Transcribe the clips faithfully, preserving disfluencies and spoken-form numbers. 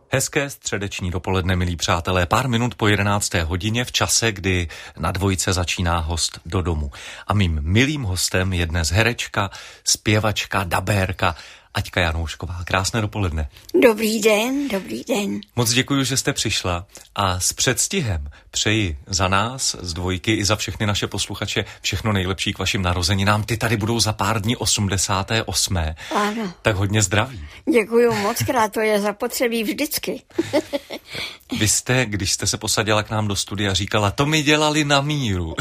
Hezké středeční dopoledne, milí přátelé, pár minut po jedenácté hodině v čase, kdy na dvojce začíná host do domu. A mým milým hostem je dnes herečka, zpěvačka, dabérka Aťka Janoušková. Krásné dopoledne. Dobrý den, dobrý den. Moc děkuji, že jste přišla a s předstihem přeji za nás, z dvojky i za všechny naše posluchače všechno nejlepší k vašim narozeninám. Ty tady budou za pár dní osmdesáté osmé Ano. Tak hodně zdraví. Děkuju moc krát, to je zapotřebí vždycky. Vy jste, když jste se posadila k nám do studia, říkala, to mi dělali na míru.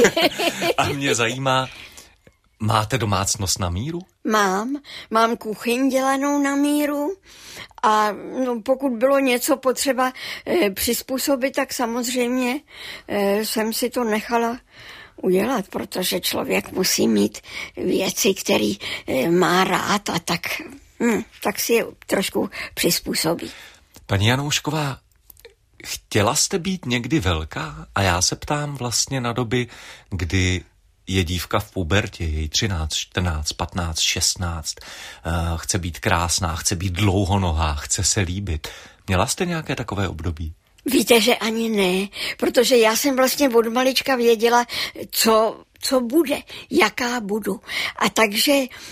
A mě zajímá, máte domácnost na míru? Mám, mám kuchyň dělanou na míru a no, pokud bylo něco potřeba e, přizpůsobit, tak samozřejmě e, jsem si to nechala udělat, protože člověk musí mít věci, které e, má rád a tak, hm, tak si je trošku přizpůsobí. Paní Janoušková, chtěla jste být někdy velká? A já se ptám vlastně na doby, kdy je dívka v pubertě, jej třináct, čtrnáct, patnáct, šestnáct, uh, chce být krásná, chce být dlouhonohá, chce se líbit. Měla jste nějaké takové období? Víte, že ani ne, protože já jsem vlastně od malička věděla, co, co bude, jaká budu. A takže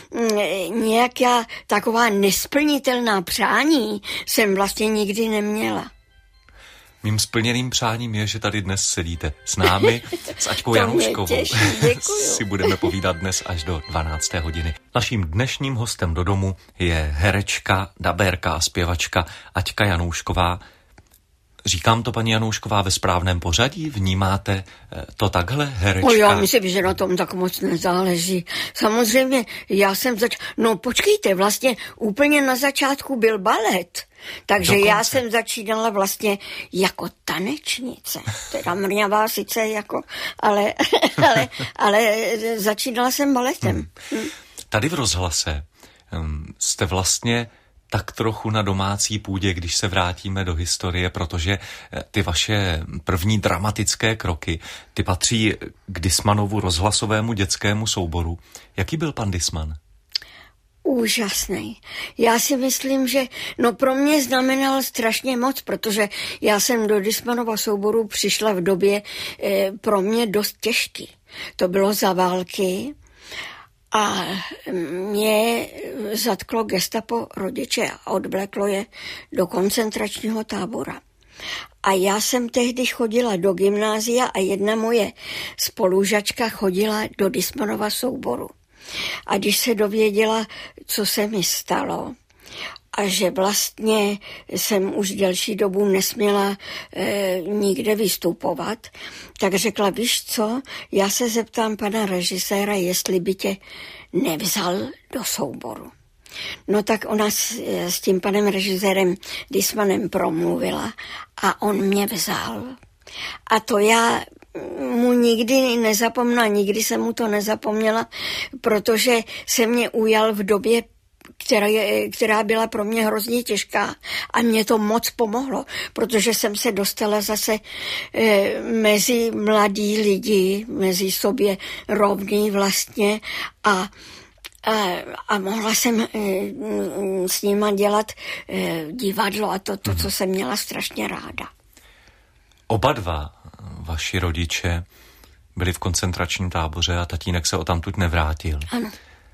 mm, nějaká taková nesplnitelná přání jsem vlastně nikdy neměla. Mým splněným přáním je, že tady dnes sedíte s námi, s Aťkou Janouškovou. Si budeme povídat dnes až do dvanácté hodiny. Naším dnešním hostem do domu je herečka, dabérka a zpěvačka Aťka Janoušková. Říkám to, paní Janoušková, ve správném pořadí? Vnímáte to takhle, herečka? O já myslím, že na tom tak moc nezáleží. Samozřejmě, já jsem zač... No počkejte, vlastně úplně na začátku byl balet. Takže Dokonce. Já jsem začínala vlastně jako tanečnice. Teda mrňavá sice jako, ale, ale, ale začínala jsem baletem. Hmm. Hmm. Tady v rozhlase um, jste vlastně tak trochu na domácí půdě, když se vrátíme do historie, protože ty vaše první dramatické kroky, ty patří k Dismanovu rozhlasovému dětskému souboru. Jaký byl pan Disman? Úžasný. Já si myslím, že no pro mě znamenal strašně moc, protože já jsem do Dismanova souboru přišla v době e, pro mě dost těžký. To bylo za války a mě zatklo gestapo rodiče a odvleklo je do koncentračního tábora. A já jsem tehdy chodila do gymnázia a jedna moje spolužačka chodila do Dismanova souboru. A když se dověděla, co se mi stalo a že vlastně jsem už delší dobu nesměla e, nikde vystupovat, tak řekla, víš co, já se zeptám pana režiséra, jestli by tě nevzal do souboru. No tak ona s, s tím panem režisérem Dismanem promluvila a on mě vzal. A to já mu nikdy nezapomněla, nikdy jsem mu to nezapomněla, protože se mě ujal v době, která, je, která byla pro mě hrozně těžká a mě to moc pomohlo, protože jsem se dostala zase e, mezi mladí lidi, mezi sobě rovný vlastně a A, a mohla jsem e, s nima dělat e, divadlo a to, to, co jsem měla strašně ráda. Oba dva vaši rodiče byli v koncentračním táboře a tatínek se odtamtud nevrátil. Ano.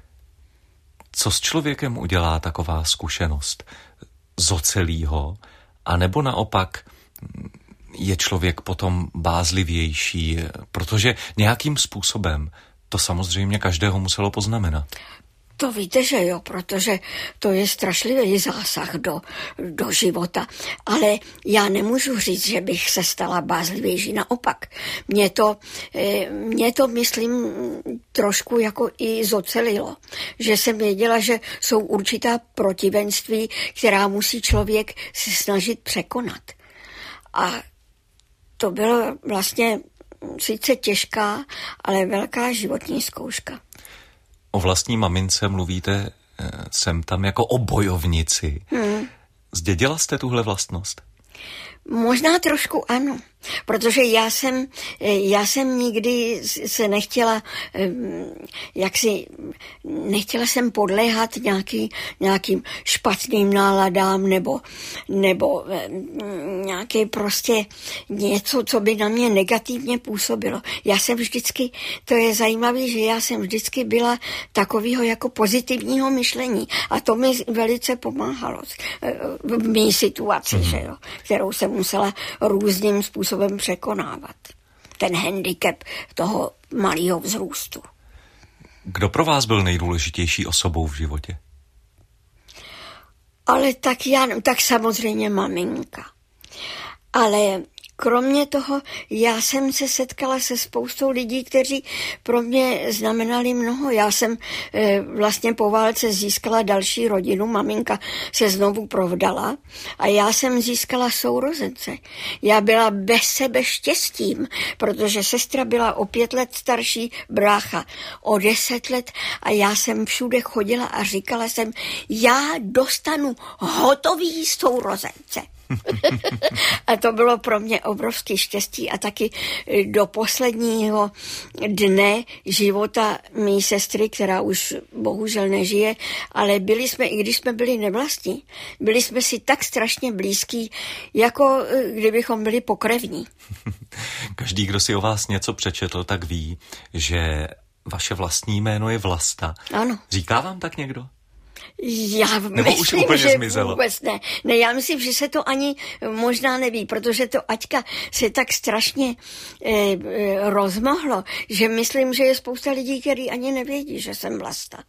Co s člověkem udělá taková zkušenost? Zocelí ho? A nebo naopak je člověk potom bázlivější? Protože nějakým způsobem to samozřejmě každého muselo poznamenat. To víte, že jo, protože to je strašlivý zásah do, do života. Ale já nemůžu říct, že bych se stala bázlivější. Naopak, mě to, mě to, myslím, trošku jako i zocelilo. Že jsem věděla, že jsou určitá protivenství, která musí člověk se snažit překonat. A to bylo vlastně sice těžká, ale velká životní zkouška. O vlastní mamince mluvíte sem tam jako o bojovnici. Hmm. Zdědila jste tuhle vlastnost? Možná trošku ano. Protože já jsem, já jsem nikdy se nechtěla, jak si, nechtěla jsem podléhat nějaký, nějakým špatným náladám nebo, nebo nějaké prostě něco, co by na mě negativně působilo. Já jsem vždycky, to je zajímavé, že já jsem vždycky byla takového jako pozitivního myšlení a to mi velice pomáhalo v mé situaci, mm. že jo, kterou jsem musela různým způsobem překonávat. Ten handicap toho malého vzrůstu. Kdo pro vás byl nejdůležitější osobou v životě? Ale tak já, tak samozřejmě maminka. Ale kromě toho, já jsem se setkala se spoustou lidí, kteří pro mě znamenali mnoho. Já jsem e, vlastně po válce získala další rodinu, maminka se znovu provdala a já jsem získala sourozence. Já byla bez sebe štěstím, protože sestra byla o pět let starší, brácha o deset let a já jsem všude chodila a říkala jsem, já dostanu hotový sourozence. A to bylo pro mě obrovské štěstí a taky do posledního dne života mé sestry, která už bohužel nežije, ale byli jsme, i když jsme byli nevlastní, byli jsme si tak strašně blízký, jako kdybychom byli pokrevní. Každý, kdo si o vás něco přečetl, tak ví, že vaše vlastní jméno je Vlasta. Ano. Říká vám tak někdo? Já Nebo myslím, už úplně že zmizelo. Vůbec ne. ne. Já myslím, že se to ani možná neví, protože to Aťka se tak strašně e, e, rozmohlo, že myslím, že je spousta lidí, kteří ani nevědí, že jsem Vlasta.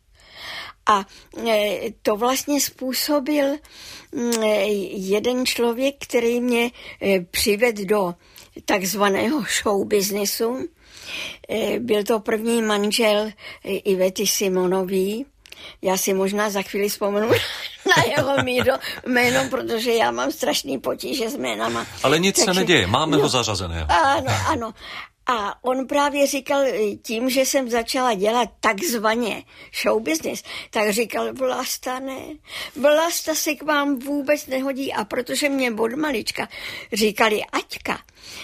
A e, to vlastně způsobil e, jeden člověk, který mě e, přivedl do takzvaného show businessu. E, byl to první manžel e, Ivety Simonový. Já si možná za chvíli vzpomenu na jeho míro, jméno, protože já mám strašný potíže s jménama. Ale nic Takže, se neděje, máme no, ho zařazeného. Ano, ano. A on právě říkal, tím, že jsem začala dělat takzvaně show business, tak říkal, Vlasta ne, Vlasta se k vám vůbec nehodí. A protože mě od malička říkali Aťka,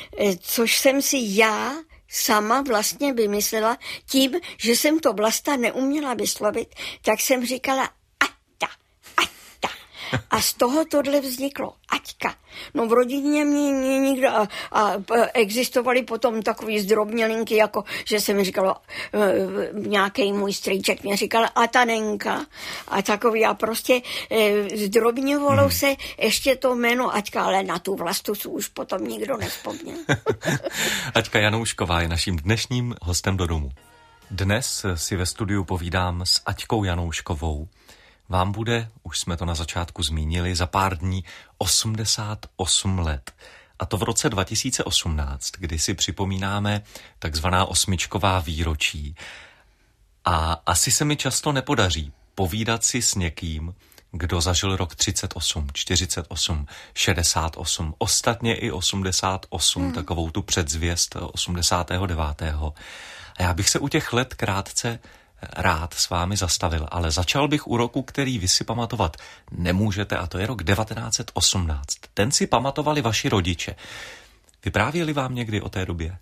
což jsem si já sama vlastně vymyslela tím, že jsem to Vlasta neuměla vyslovit, tak jsem říkala Aťta, Aťta. A z toho tohle vzniklo, Aťka. No v rodině mě, mě nikdo a, a existovaly potom takový zdrobnělinky, jako že se mi říkalo, uh, nějaký můj strýček mě říkal Atanenka a takový a prostě uh, zdrobňovalo hmm. se ještě to jméno Aťka, ale na tu Vlastu už potom nikdo nevzpomněl. Aťka Janoušková je naším dnešním hostem do domu. Dnes si ve studiu povídám s Aťkou Janouškovou. Vám bude, už jsme to na začátku zmínili, za pár dní osmdesát osm let. A to v roce dva tisíce osmnáct, kdy si připomínáme takzvaná osmičková výročí. A asi se mi často nepodaří povídat si s někým, kdo zažil rok třicet osm, čtyřicet osm, šedesát osm, ostatně i osmdesát osm, hmm. takovou tu předzvěst osmdesátého devátého. A já bych se u těch let krátce rád s vámi zastavil, ale začal bych u roku, který vy si pamatovat nemůžete, a to je rok devatenáct osmnáct. Ten si pamatovali vaši rodiče. Vyprávěli vám někdy o té době?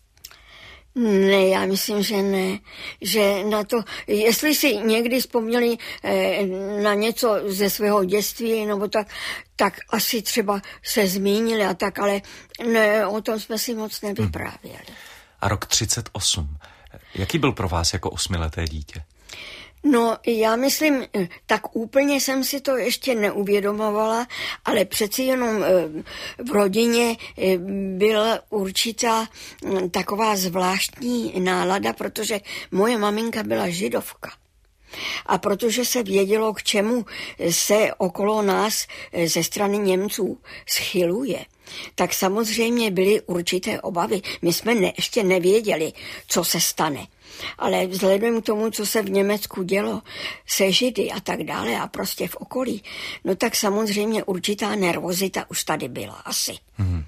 Ne, já myslím, že ne. Že na to, jestli si někdy vzpomněli eh, na něco ze svého dětství, nebo tak, tak asi třeba se zmínili a tak, ale ne, o tom jsme si moc nevyprávěli. Hmm. A rok třicet osm. Jaký byl pro vás jako osmileté dítě? No, já myslím, tak úplně jsem si to ještě neuvědomovala, ale přeci jenom v rodině byla určitá taková zvláštní nálada, protože moje maminka byla židovka. A protože se vědělo, k čemu se okolo nás ze strany Němců schyluje, tak samozřejmě byly určité obavy. My jsme ne, ještě nevěděli, co se stane. Ale vzhledem k tomu, co se v Německu dělo se Židy a tak dále a prostě v okolí, no tak samozřejmě určitá nervozita už tady byla asi. Hmm.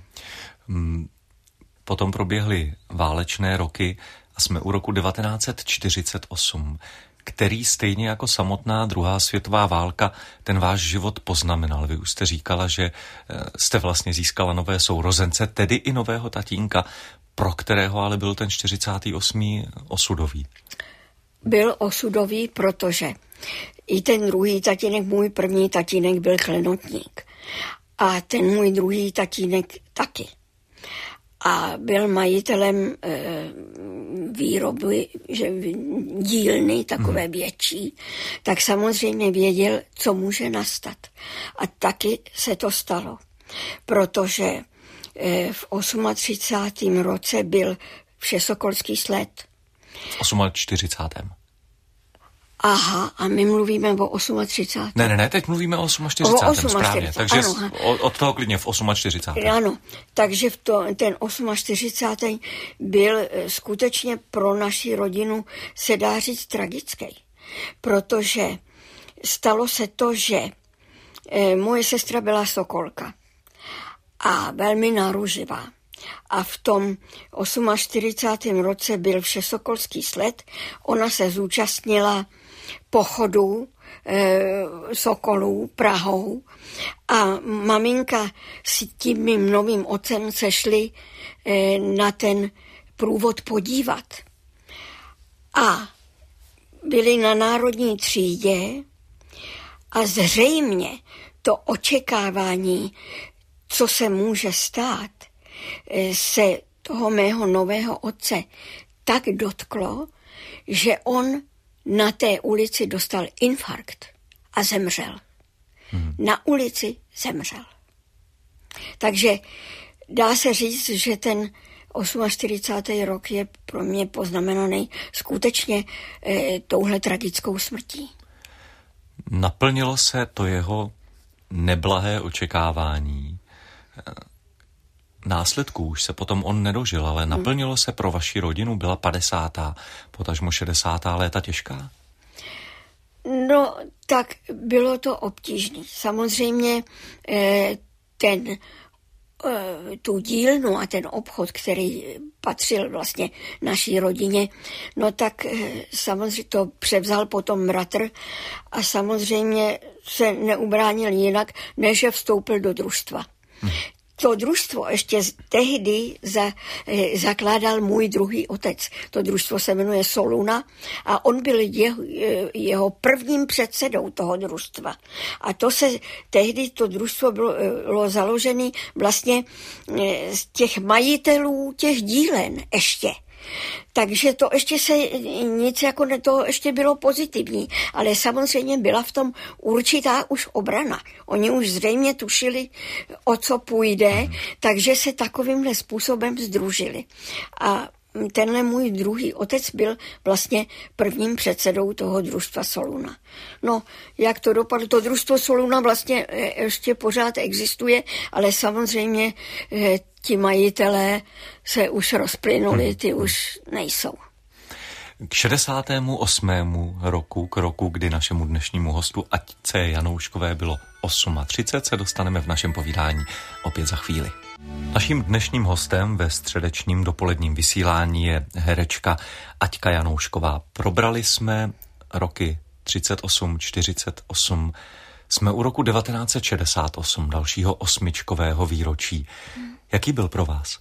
Potom proběhly válečné roky a jsme u roku devatenáct čtyřicet osm. který stejně jako samotná druhá světová válka ten váš život poznamenal. Vy už jste říkala, že jste vlastně získala nové sourozence, tedy i nového tatínka, pro kterého ale byl ten čtyřicátý osmý osudový. Byl osudový, protože i ten druhý tatínek, můj první tatínek byl klenotník. A ten můj druhý tatínek taky. A byl majitelem e, výroby, že dílny takové hmm. větší, tak samozřejmě věděl, co může nastat. A taky se to stalo, protože e, v třicátém osmém roce byl všesokolský sled. V čtyřicátém osmém Aha, a my mluvíme o třicátém osmém Ne, ne, ne, teď mluvíme o čtyřicátém osmém správně, takže ano, od toho klidně v čtyřicátém osmém Ano, takže v to, ten čtyřicátý osmý byl skutečně pro naši rodinu, se dá říct, tragický. Protože stalo se to, že e, moje sestra byla sokolka a velmi náruživá. A v tom čtyřicátém osmém roce byl všesokolský sled, ona se zúčastnila pochodu e, sokolů Prahou a maminka s tím mým novým otcem se šli e, na ten průvod podívat. A byli na národní třídě a zřejmě to očekávání, co se může stát, se toho mého nového otce tak dotklo, že on na té ulici dostal infarkt a zemřel. Hmm. Na ulici zemřel. Takže dá se říct, že ten čtyřicátý osmý rok je pro mě poznamenaný skutečně e, touhle tragickou smrtí. Naplnilo se to jeho neblahé očekávání. Následků už se potom on nedožil, ale naplnilo se pro vaši rodinu, byla padesátá, potažmo šedesátá léta těžká? No, tak bylo to obtížné. Samozřejmě ten, tu dílnu a ten obchod, který patřil vlastně naší rodině, no tak samozřejmě to převzal potom bratr a samozřejmě se neubránil jinak, než že vstoupil do družstva. Hmm. To družstvo ještě tehdy za, eh, zakládal můj druhý otec. To družstvo se jmenuje Soluna a on byl jeho, jeho prvním předsedou toho družstva. A to se tehdy to družstvo bylo, bylo založené vlastně eh, z těch majitelů těch dílen ještě. Takže to ještě se nic jako ne, to ještě bylo pozitivní, ale samozřejmě byla v tom určitá už obrana. Oni už zřejmě tušili, o co půjde, takže se takovýmhle způsobem sdružili. A tenhle můj druhý otec byl vlastně prvním předsedou toho družstva Soluna. No, jak to dopadlo, to družstvo Soluna vlastně ještě pořád existuje, ale samozřejmě ti majitelé se už rozplynuli, ty už nejsou. K šedesátému osmému roku, k roku, kdy našemu dnešnímu hostu Aťce Janouškové bylo třicet osm, se dostaneme v našem povídání opět za chvíli. Naším dnešním hostem ve středečním dopoledním vysílání je herečka Aťka Janoušková. Probrali jsme roky třicet osm, čtyřicet osm, jsme u roku devatenáct set šedesát osm, dalšího osmičkového výročí. Jaký byl pro vás?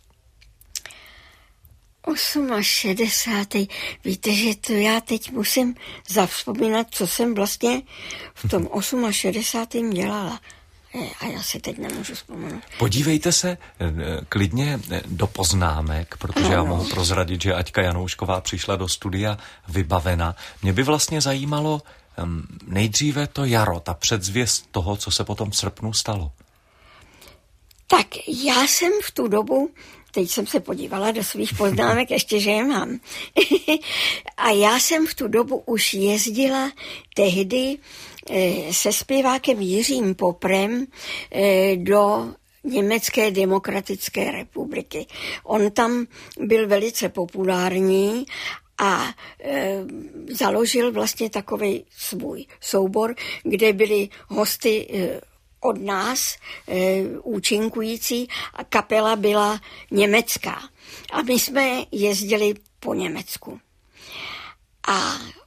šedesátý osmý Víte, že to já teď musím zavzpomínat, co jsem vlastně v tom šedesátém osmém dělala. A já si teď nemůžu vzpomenout. Podívejte se klidně do poznámek, protože já mohu prozradit, že Aťka Janoušková přišla do studia vybavena. Mě by vlastně zajímalo nejdříve to jaro, ta předzvěst toho, co se potom v srpnu stalo. Tak já jsem v tu dobu, teď jsem se podívala do svých poznámek, ještě, že je mám. A já jsem v tu dobu už jezdila tehdy se zpěvákem Jiřím Poprem do Německé demokratické republiky. On tam byl velice populární a e, založil vlastně takový svůj soubor, kde byli hosty e, od nás e, účinkující a kapela byla německá. A my jsme jezdili po Německu. A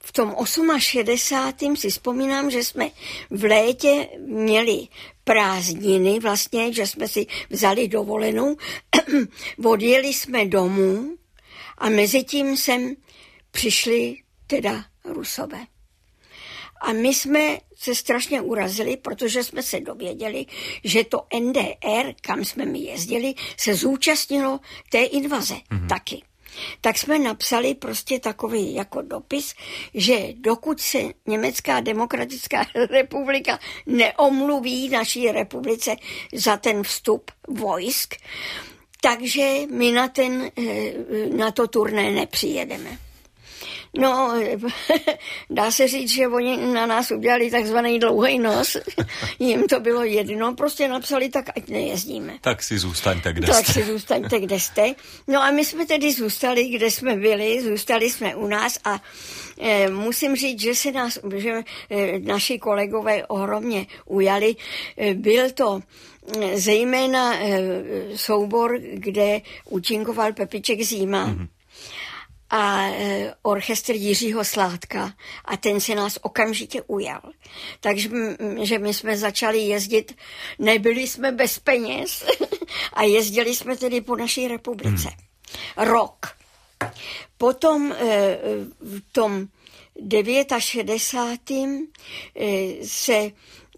v tom šedesátém osmém si vzpomínám, že jsme v létě měli prázdniny vlastně, že jsme si vzali dovolenou, odjeli jsme domů a mezi tím sem přišli teda Rusové. A my jsme se strašně urazili, protože jsme se dověděli, že to N D R, kam jsme my jezdili, se zúčastnilo té invaze mm-hmm. taky. Tak jsme napsali prostě takový jako dopis, že dokud se Německá demokratická republika neomluví naší republice za ten vstup vojsk, takže my na, ten, na to turné nepřijedeme. No, dá se říct, že oni na nás udělali takzvaný dlouhý nos. Jim to bylo jedno, prostě napsali, tak ať nejezdíme. Tak si zůstaňte, kde jste. Tak si zůstaňte, kde jste. No a my jsme tedy zůstali, kde jsme byli, zůstali jsme u nás a e, musím říct, že se nás, že e, naši kolegové ohromně ujali. E, byl to e, zejména e, soubor, kde účinkoval Pepiček Zíma. Mm-hmm. A e, orchestr Jiřího Sládka a ten se nás okamžitě ujal. Takže že my jsme začali jezdit, nebyli jsme bez peněz a jezdili jsme tedy po naší republice. Hmm. Rok. Potom e, v tom šedesátém devátém e, se e,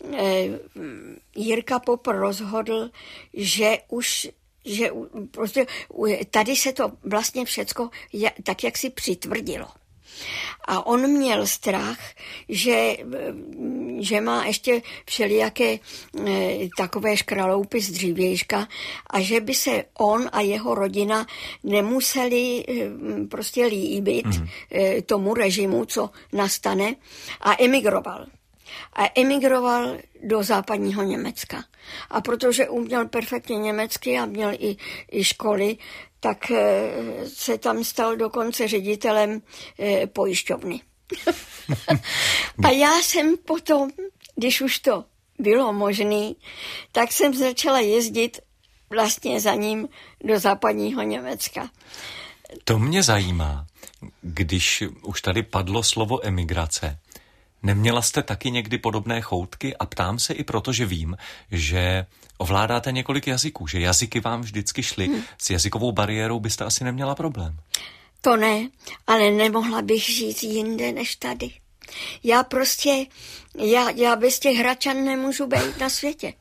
Jirka Popr rozhodl, že už že prostě tady se to vlastně všecko tak, jak si přitvrdilo. A on měl strach, že, že má ještě všelijaké takové škraloupy z dřívějška a že by se on a jeho rodina nemuseli prostě líbit mm. tomu režimu, co nastane, a emigroval. A emigroval do západního Německa. A protože uměl perfektně německy a měl i, i školy, tak se tam stal dokonce ředitelem pojišťovny. A já jsem potom, když už to bylo možné, tak jsem začala jezdit vlastně za ním do západního Německa. To mě zajímá, když už tady padlo slovo emigrace. Neměla jste taky někdy podobné choutky? A ptám se i proto, že vím, že ovládáte několik jazyků, že jazyky vám vždycky šly. Hmm. S jazykovou bariérou byste asi neměla problém. To ne, ale nemohla bych žít jinde než tady. Já prostě, já, já bez těch Hradčan nemůžu být na světě.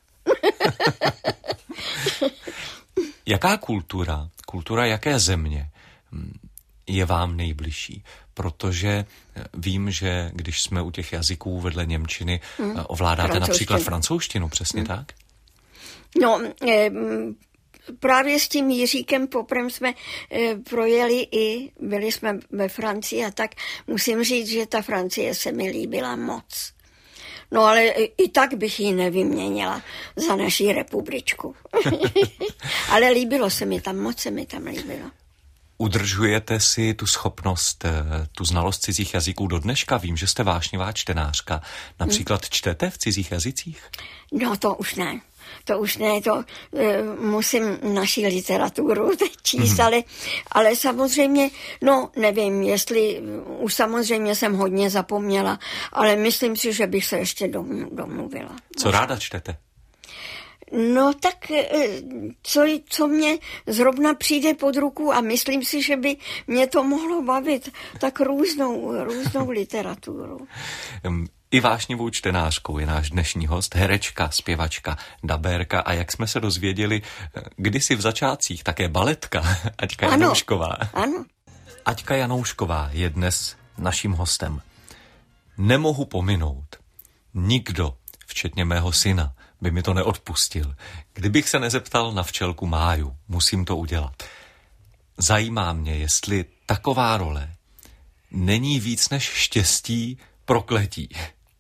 Jaká kultura, kultura jaké země je vám nejbližší? Protože vím, že když jsme u těch jazyků vedle němčiny, hmm. ovládáte například francouzštinu, přesně hmm. tak? No, eh, právě s tím Jiříkem Poprem jsme eh, projeli i, byli jsme ve Francii a tak musím říct, že ta Francie se mi líbila moc. No ale i, i tak bych ji nevyměnila za naší republičku. Ale líbilo se mi tam, moc se mi tam líbilo. Udržujete si tu schopnost, tu znalost cizích jazyků do dneška? Vím, že jste vášnivá čtenářka. Například hmm. čtete v cizích jazycích? No to už ne. To už ne, to uh, musím naší literaturu číst, hmm. ale, ale samozřejmě, no nevím, jestli, už samozřejmě jsem hodně zapomněla, ale myslím si, že bych se ještě dom, domluvila. Co možná. Ráda čtete? No tak, co, co mě zrovna přijde pod ruku a myslím si, že by mě to mohlo bavit, tak různou, různou literaturu. I vášnivou čtenářkou je náš dnešní host, herečka, zpěvačka, dabérka a jak jsme se dozvěděli, kdysi v začátcích také baletka, Aťka ano, Janoušková. Ano. Aťka Janoušková je dnes naším hostem. Nemohu pominout. Nikdo, včetně mého syna, by mi to neodpustil. Kdybych se nezeptal na včelku Máju, musím to udělat. Zajímá mě, jestli taková role není víc než štěstí prokletí.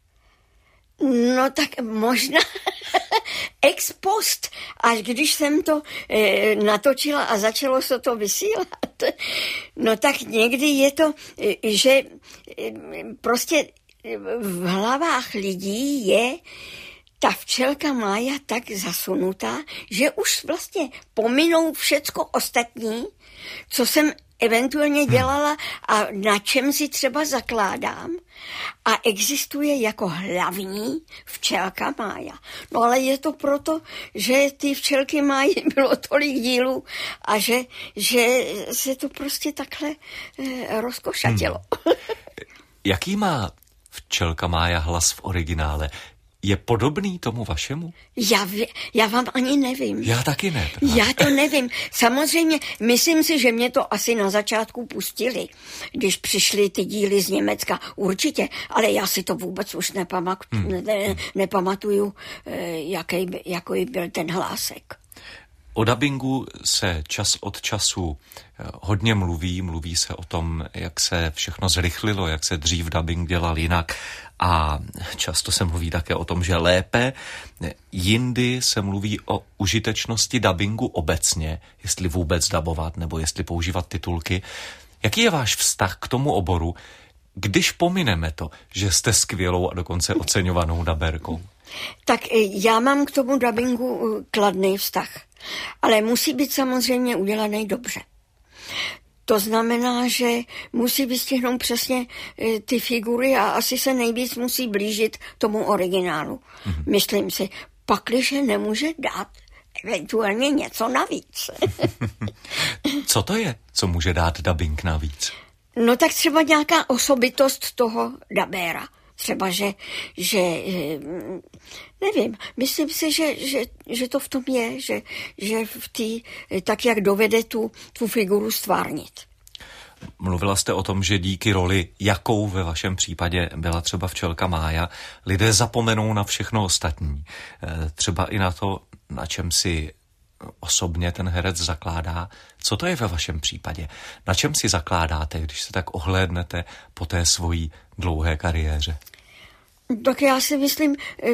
No tak možná ex post, až když jsem to e, natočila a začalo se to vysílat, no tak někdy je to, e, že e, prostě v hlavách lidí je ta včelka Mája tak zasunutá, že už vlastně pominou všecko ostatní, co jsem eventuálně dělala a na čem si třeba zakládám. A existuje jako hlavní včelka Mája. No ale je to proto, že ty včelky Máji bylo tolik dílů a že, že se to prostě takhle eh, rozkošatilo. Hmm. Jaký má včelka Mája hlas v originále? Je podobný tomu vašemu? Já, já vám ani nevím. Já taky ne. Právě. Já to nevím. Samozřejmě, myslím si, že mě to asi na začátku pustili, když přišly ty díly z Německa. Určitě, ale já si to vůbec už nepamak, hmm. ne, nepamatuju, jaký, jaký byl ten hlásek. O dabingu se čas od času hodně mluví, mluví se o tom, jak se všechno zrychlilo, jak se dřív dabing dělal jinak a často se mluví také o tom, že lépe. Jindy se mluví o užitečnosti dabingu obecně, jestli vůbec dabovat nebo jestli používat titulky. Jaký je váš vztah k tomu oboru, když pomineme to, že jste skvělou a dokonce oceňovanou dabérkou? Tak já mám k tomu dabingu kladný vztah. Ale musí být samozřejmě udělaný dobře. To znamená, že musí vystihnout přesně ty figury a asi se nejvíc musí blížit tomu originálu. Mm-hmm. Myslím si, pakliže nemůže dát eventuálně něco navíc. Co to je, co může dát dabing navíc? No tak třeba nějaká osobitost toho dabéra. Třeba, že, že nevím, myslím si, že, že, že to v tom je, že, že v tý, tak, jak dovede tu, tu figuru stvárnit. Mluvila jste o tom, že díky roli, jakou ve vašem případě byla třeba včelka Mája, lidé zapomenou na všechno ostatní. Třeba i na to, na čem si osobně ten herec zakládá. Co to je ve vašem případě? Na čem si zakládáte, když se tak ohlédnete po té svojí dlouhé kariéře? Tak já si myslím,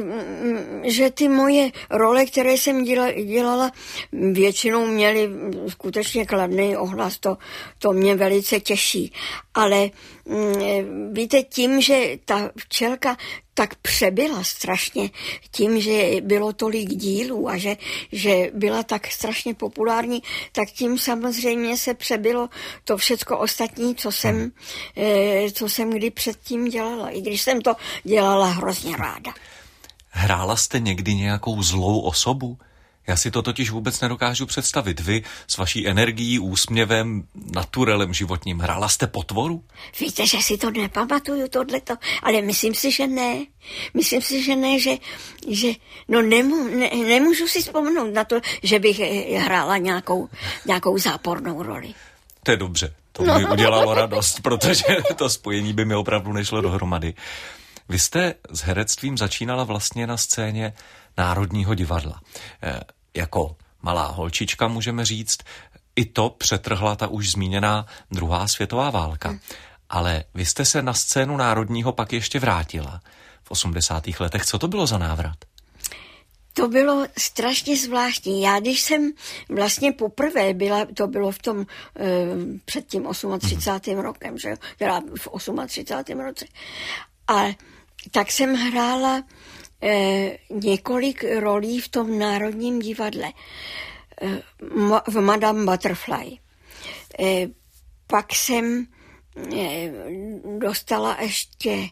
že ty moje role, které jsem dělala, většinou měly skutečně kladný ohlas, to, to mě velice těší. Ale víte, tím, že ta včelka tak přebyla strašně, tím, že bylo tolik dílů a že, že byla tak strašně populární, tak tím samozřejmě se přebylo to všecko ostatní, co jsem, hmm. co jsem kdy předtím dělala, i když jsem to dělala hrozně ráda. Hrála jste někdy nějakou zlou osobu? Já si to totiž vůbec nedokážu představit. Vy s vaší energií, úsměvem, naturelem životním. Hrála jste potvoru? Víte, že si to nepamatuju, tohleto, ale myslím si, že ne. Myslím si, že ne, že, že no nemů, ne, nemůžu si vzpomenout na to, že bych hrála nějakou, nějakou zápornou roli. To je dobře, to no. mi udělalo radost, protože to spojení by mi opravdu nešlo dohromady. Vy jste s herectvím začínala vlastně na scéně Národního divadla. E, jako malá holčička můžeme říct, i to přetrhla ta už zmíněná druhá světová válka. Hmm. Ale vy jste se na scénu Národního pak ještě vrátila v osmdesátých letech. Co to bylo za návrat? To bylo strašně zvláštní. Já, když jsem vlastně poprvé byla, to bylo v tom, e, před tím třicátým osmým rokem, že jo, teda v třicátém osmém roce. A tak jsem hrála e, několik rolí v tom Národním divadle. E, ma, v Madame Butterfly. E, pak jsem e, dostala ještě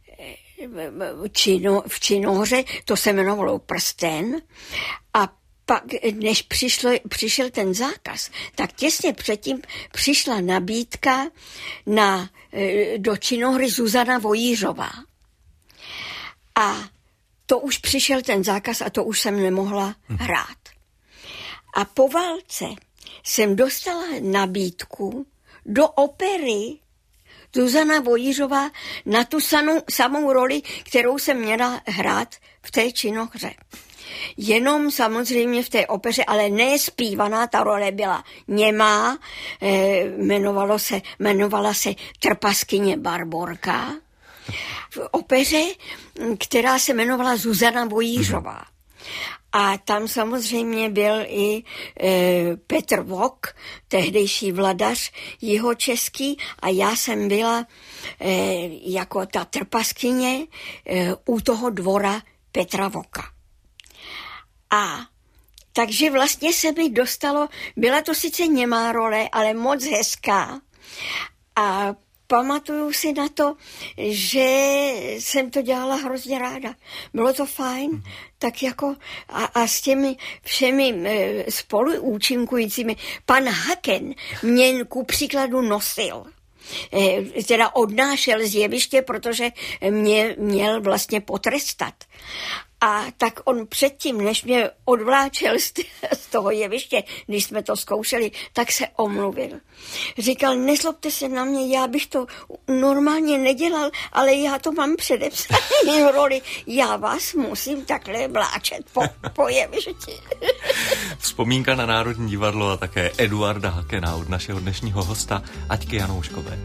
Čino, v Činohře, to se jmenovalo Prsten, a pak, než přišlo, přišel ten zákaz, tak těsně předtím přišla nabídka na, do Činohry Zuzana Vojířová. A to už přišel ten zákaz a to už jsem nemohla hrát. A po válce jsem dostala nabídku do opery Zuzana Vojířová na tu sanu, samou roli, kterou jsem měla hrát v té Činohře. Jenom samozřejmě v té opeře, ale ne zpívaná, ta role byla němá, eh, jmenovalo se, jmenovala se Trpaskyně Barborka. V opeře, která se jmenovala Zuzana Vojířová. A tam samozřejmě byl i e, Petr Vok, tehdejší vladař jihočeský, a já jsem byla e, jako ta trpaskyně e, u toho dvora Petra Voka. A takže vlastně se mi dostalo, byla to sice němá role, ale moc hezká. A pamatuju si na to, že jsem to dělala hrozně ráda. Bylo to fajn, mm. tak jako a, a s těmi všemi e, spoluúčinkujícími. Pan Haken mě ku příkladu nosil. E, teda odnášel z jeviště, protože mě měl vlastně potrestat. A tak on předtím, než mě odvláčel z toho jeviště, když jsme to zkoušeli, tak se omluvil. Říkal, nezlobte se na mě, já bych to normálně nedělal, ale já to mám předepsaný roli. Já vás musím takhle vláčet po, po jevišti. Vzpomínka na Národní divadlo a také Eduarda Hakena od našeho dnešního hosta Aťky Janouškové.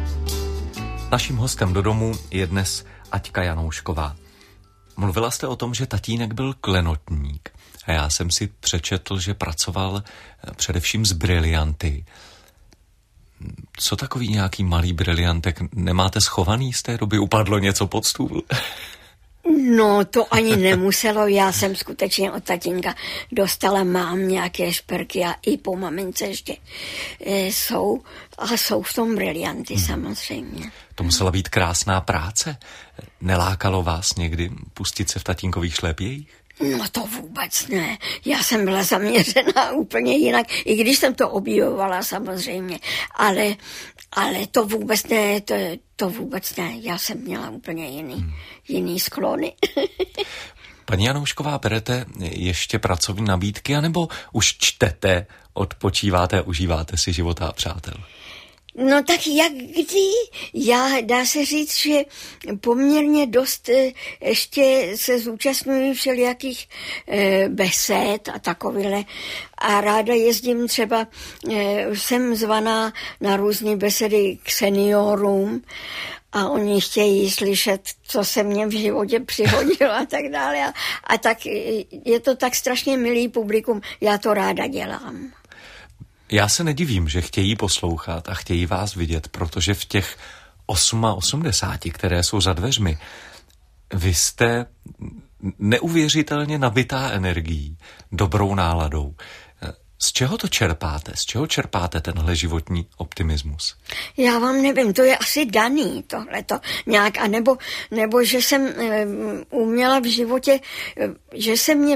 Naším hostem do domu je dnes Aťka Janoušková. Mluvila jste o tom, že tatínek byl klenotník a já jsem si přečetl, že pracoval především s brilianty. Co takový nějaký malý briliantek nemáte schovaný z té doby? Upadlo něco pod stůl? No, to ani nemuselo. Já jsem skutečně od tatínka dostala, mám nějaké šperky a i po mamince ještě e, jsou. A jsou v tom brilianty, hmm. samozřejmě. To musela být krásná práce. Nelákalo vás někdy pustit se v tatínkových šlépějích? No to vůbec ne. Já jsem byla zaměřená úplně jinak, i když jsem to objevovala samozřejmě. Ale, ale to vůbec ne, to, to vůbec ne. Já jsem měla úplně jiný, hmm. jiný sklony. Paní Janoušková, berete ještě pracovní nabídky, anebo už čtete, odpočíváte, užíváte si života a přátel? No tak jak kdy? Já dá se říct, že poměrně dost ještě se zúčastňuji všelijakých e, besed a takovýhle a ráda jezdím třeba, e, jsem zvaná na různé besedy k seniorům a oni chtějí slyšet, co se mně v životě přihodilo a tak dále a, a tak je to tak strašně milý publikum, já to ráda dělám. Já se nedivím, že chtějí poslouchat a chtějí vás vidět, protože v těch osmadesáti, které jsou za dveřmi, vy jste neuvěřitelně nabitá energií, dobrou náladou. Z čeho to čerpáte? Z čeho čerpáte tenhle životní optimismus? Já vám nevím, to je asi daný tohleto nějak, a nebo, nebo že jsem e, uměla v životě, e, že se mě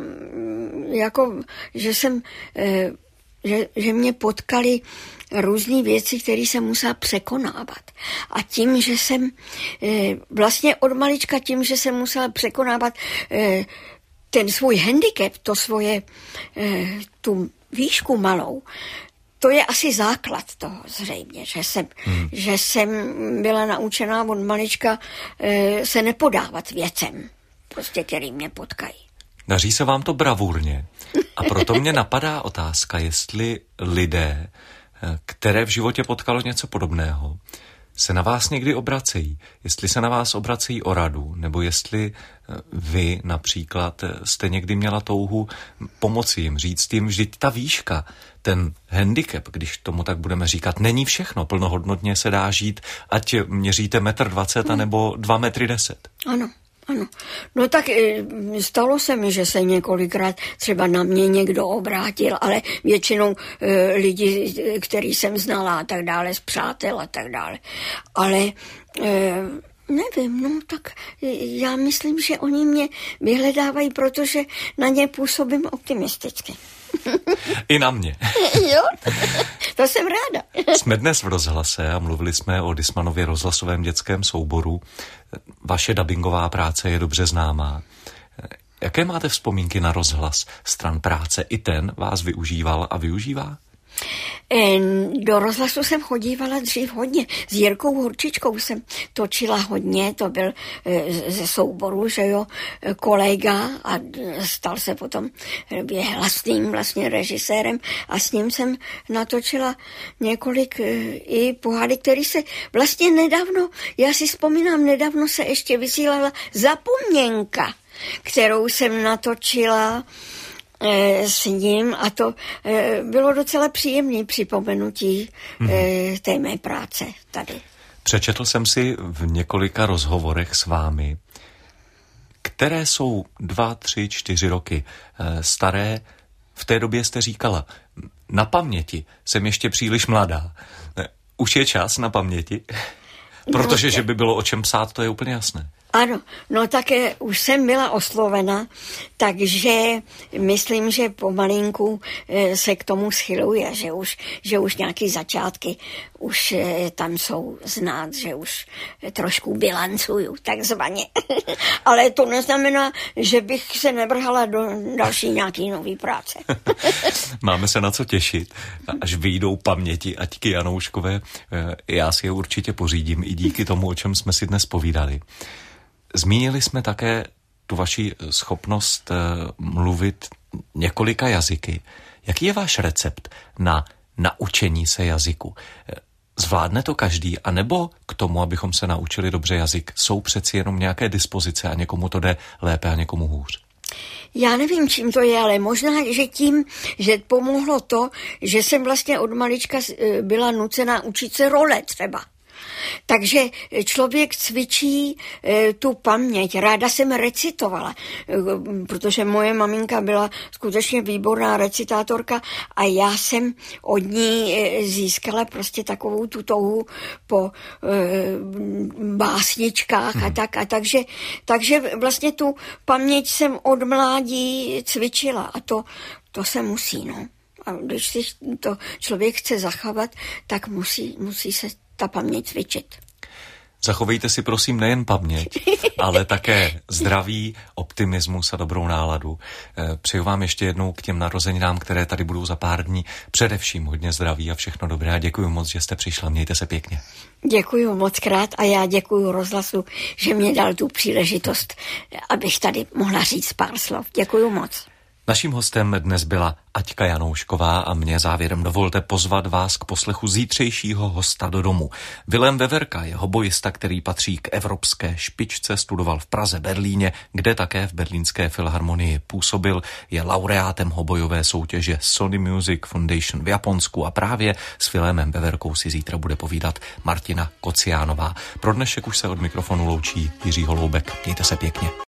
jako, že jsem e, Že, že mě potkaly různé věci, které jsem musela překonávat. A tím, že jsem e, vlastně od malička tím, že jsem musela překonávat e, ten svůj handicap, to svoje, e, tu výšku malou, to je asi základ toho zřejmě, že jsem, hmm. že jsem byla naučená od malička e, se nepodávat věcem, prostě, který mě potkají. Daří se vám to bravurně. A proto mě napadá otázka, jestli lidé, které v životě potkalo něco podobného, se na vás někdy obracejí. Jestli se na vás obracejí o radu, nebo jestli vy například jste někdy měla touhu pomoci jim, říct jim, vždyť ta výška, ten handicap, když tomu tak budeme říkat, není všechno. Plnohodnotně se dá žít, ať měříte metr dvacet, hmm. anebo dva metry deset. Ano. Ano, no tak stalo se mi, že se několikrát třeba na mě někdo obrátil, ale většinou e, lidi, který jsem znala a tak dále, z přátel a tak dále. Ale e, nevím, no tak já myslím, že oni mě vyhledávají, protože na ně působím optimisticky. I na mě. Jo, to jsem ráda. Jsme dnes v rozhlase a mluvili jsme o Dismanově rozhlasovém dětském souboru. Vaše dabingová práce je dobře známá. Jaké máte vzpomínky na rozhlas stran práce? I ten vás využíval a využívá? Do rozhlasu jsem chodívala dřív hodně. S Jirkou Hurčičkou jsem točila hodně, to byl ze souboru, že jo, kolega a stal se potom hlasným vlastně režisérem a s ním jsem natočila několik i pohádek, který se vlastně nedávno, já si vzpomínám, nedávno se ještě vysílala Zapomněnka, kterou jsem natočila s ním a to bylo docela příjemné připomenutí hmm. té mé práce tady. Přečetl jsem si v několika rozhovorech s vámi, které jsou dva, tři, čtyři roky staré, v té době jste říkala, na paměti jsem ještě příliš mladá. Už je čas na paměti? Protože, no, že by bylo o čem psát, to je úplně jasné. Ano, no také už jsem byla oslovena, takže myslím, že pomalinku se k tomu schyluje, že už, že už nějaký začátky už tam jsou znát, že už trošku bilancuju, takzvaně. Ale to neznamená, že bych se nevrhala do další nějaký nový práce. Máme se na co těšit, až vyjdou paměti Aťky Janouškové. Já si je určitě pořídím i díky tomu, o čem jsme si dnes povídali. Zmínili jsme také tu vaši schopnost mluvit několika jazyky. Jaký je váš recept na naučení se jazyku? Zvládne to každý, anebo k tomu, abychom se naučili dobře jazyk, jsou přeci jenom nějaké dispozice a někomu to jde lépe a někomu hůř? Já nevím, čím to je, ale možná, že tím, že pomohlo to, že jsem vlastně od malička byla nucená učit se role třeba. Takže člověk cvičí e, tu paměť. Ráda jsem recitovala, e, protože moje maminka byla skutečně výborná recitátorka a já jsem od ní e, získala prostě takovou tu touhu po e, básničkách hmm. a tak. A takže, takže vlastně tu paměť jsem od mládí cvičila a to, to se musí, no. A když si to člověk chce zachovat, tak musí, musí se ta paměť cvičit. Zachovejte si prosím nejen paměť, ale také zdraví, optimismus a dobrou náladu. Přeju vám ještě jednou k těm narozeninám, které tady budou za pár dní, především hodně zdraví a všechno dobré a děkuji moc, že jste přišla. Mějte se pěkně. Děkuji moc krát a já děkuji rozhlasu, že mě dal tu příležitost, abych tady mohla říct pár slov. Děkuji moc. Naším hostem dnes byla Aťka Janoušková a mě závěrem dovolte pozvat vás k poslechu zítřejšího hosta do domu. Vilém Veverka je hobojista, který patří k evropské špičce, studoval v Praze, Berlíně, kde také v Berlínské filharmonii působil, je laureátem hobojové soutěže Sony Music Foundation v Japonsku a právě s Vilémem Veverkou si zítra bude povídat Martina Kociánová. Pro dnešek už se od mikrofonu loučí Jiří Holoubek. Mějte se pěkně.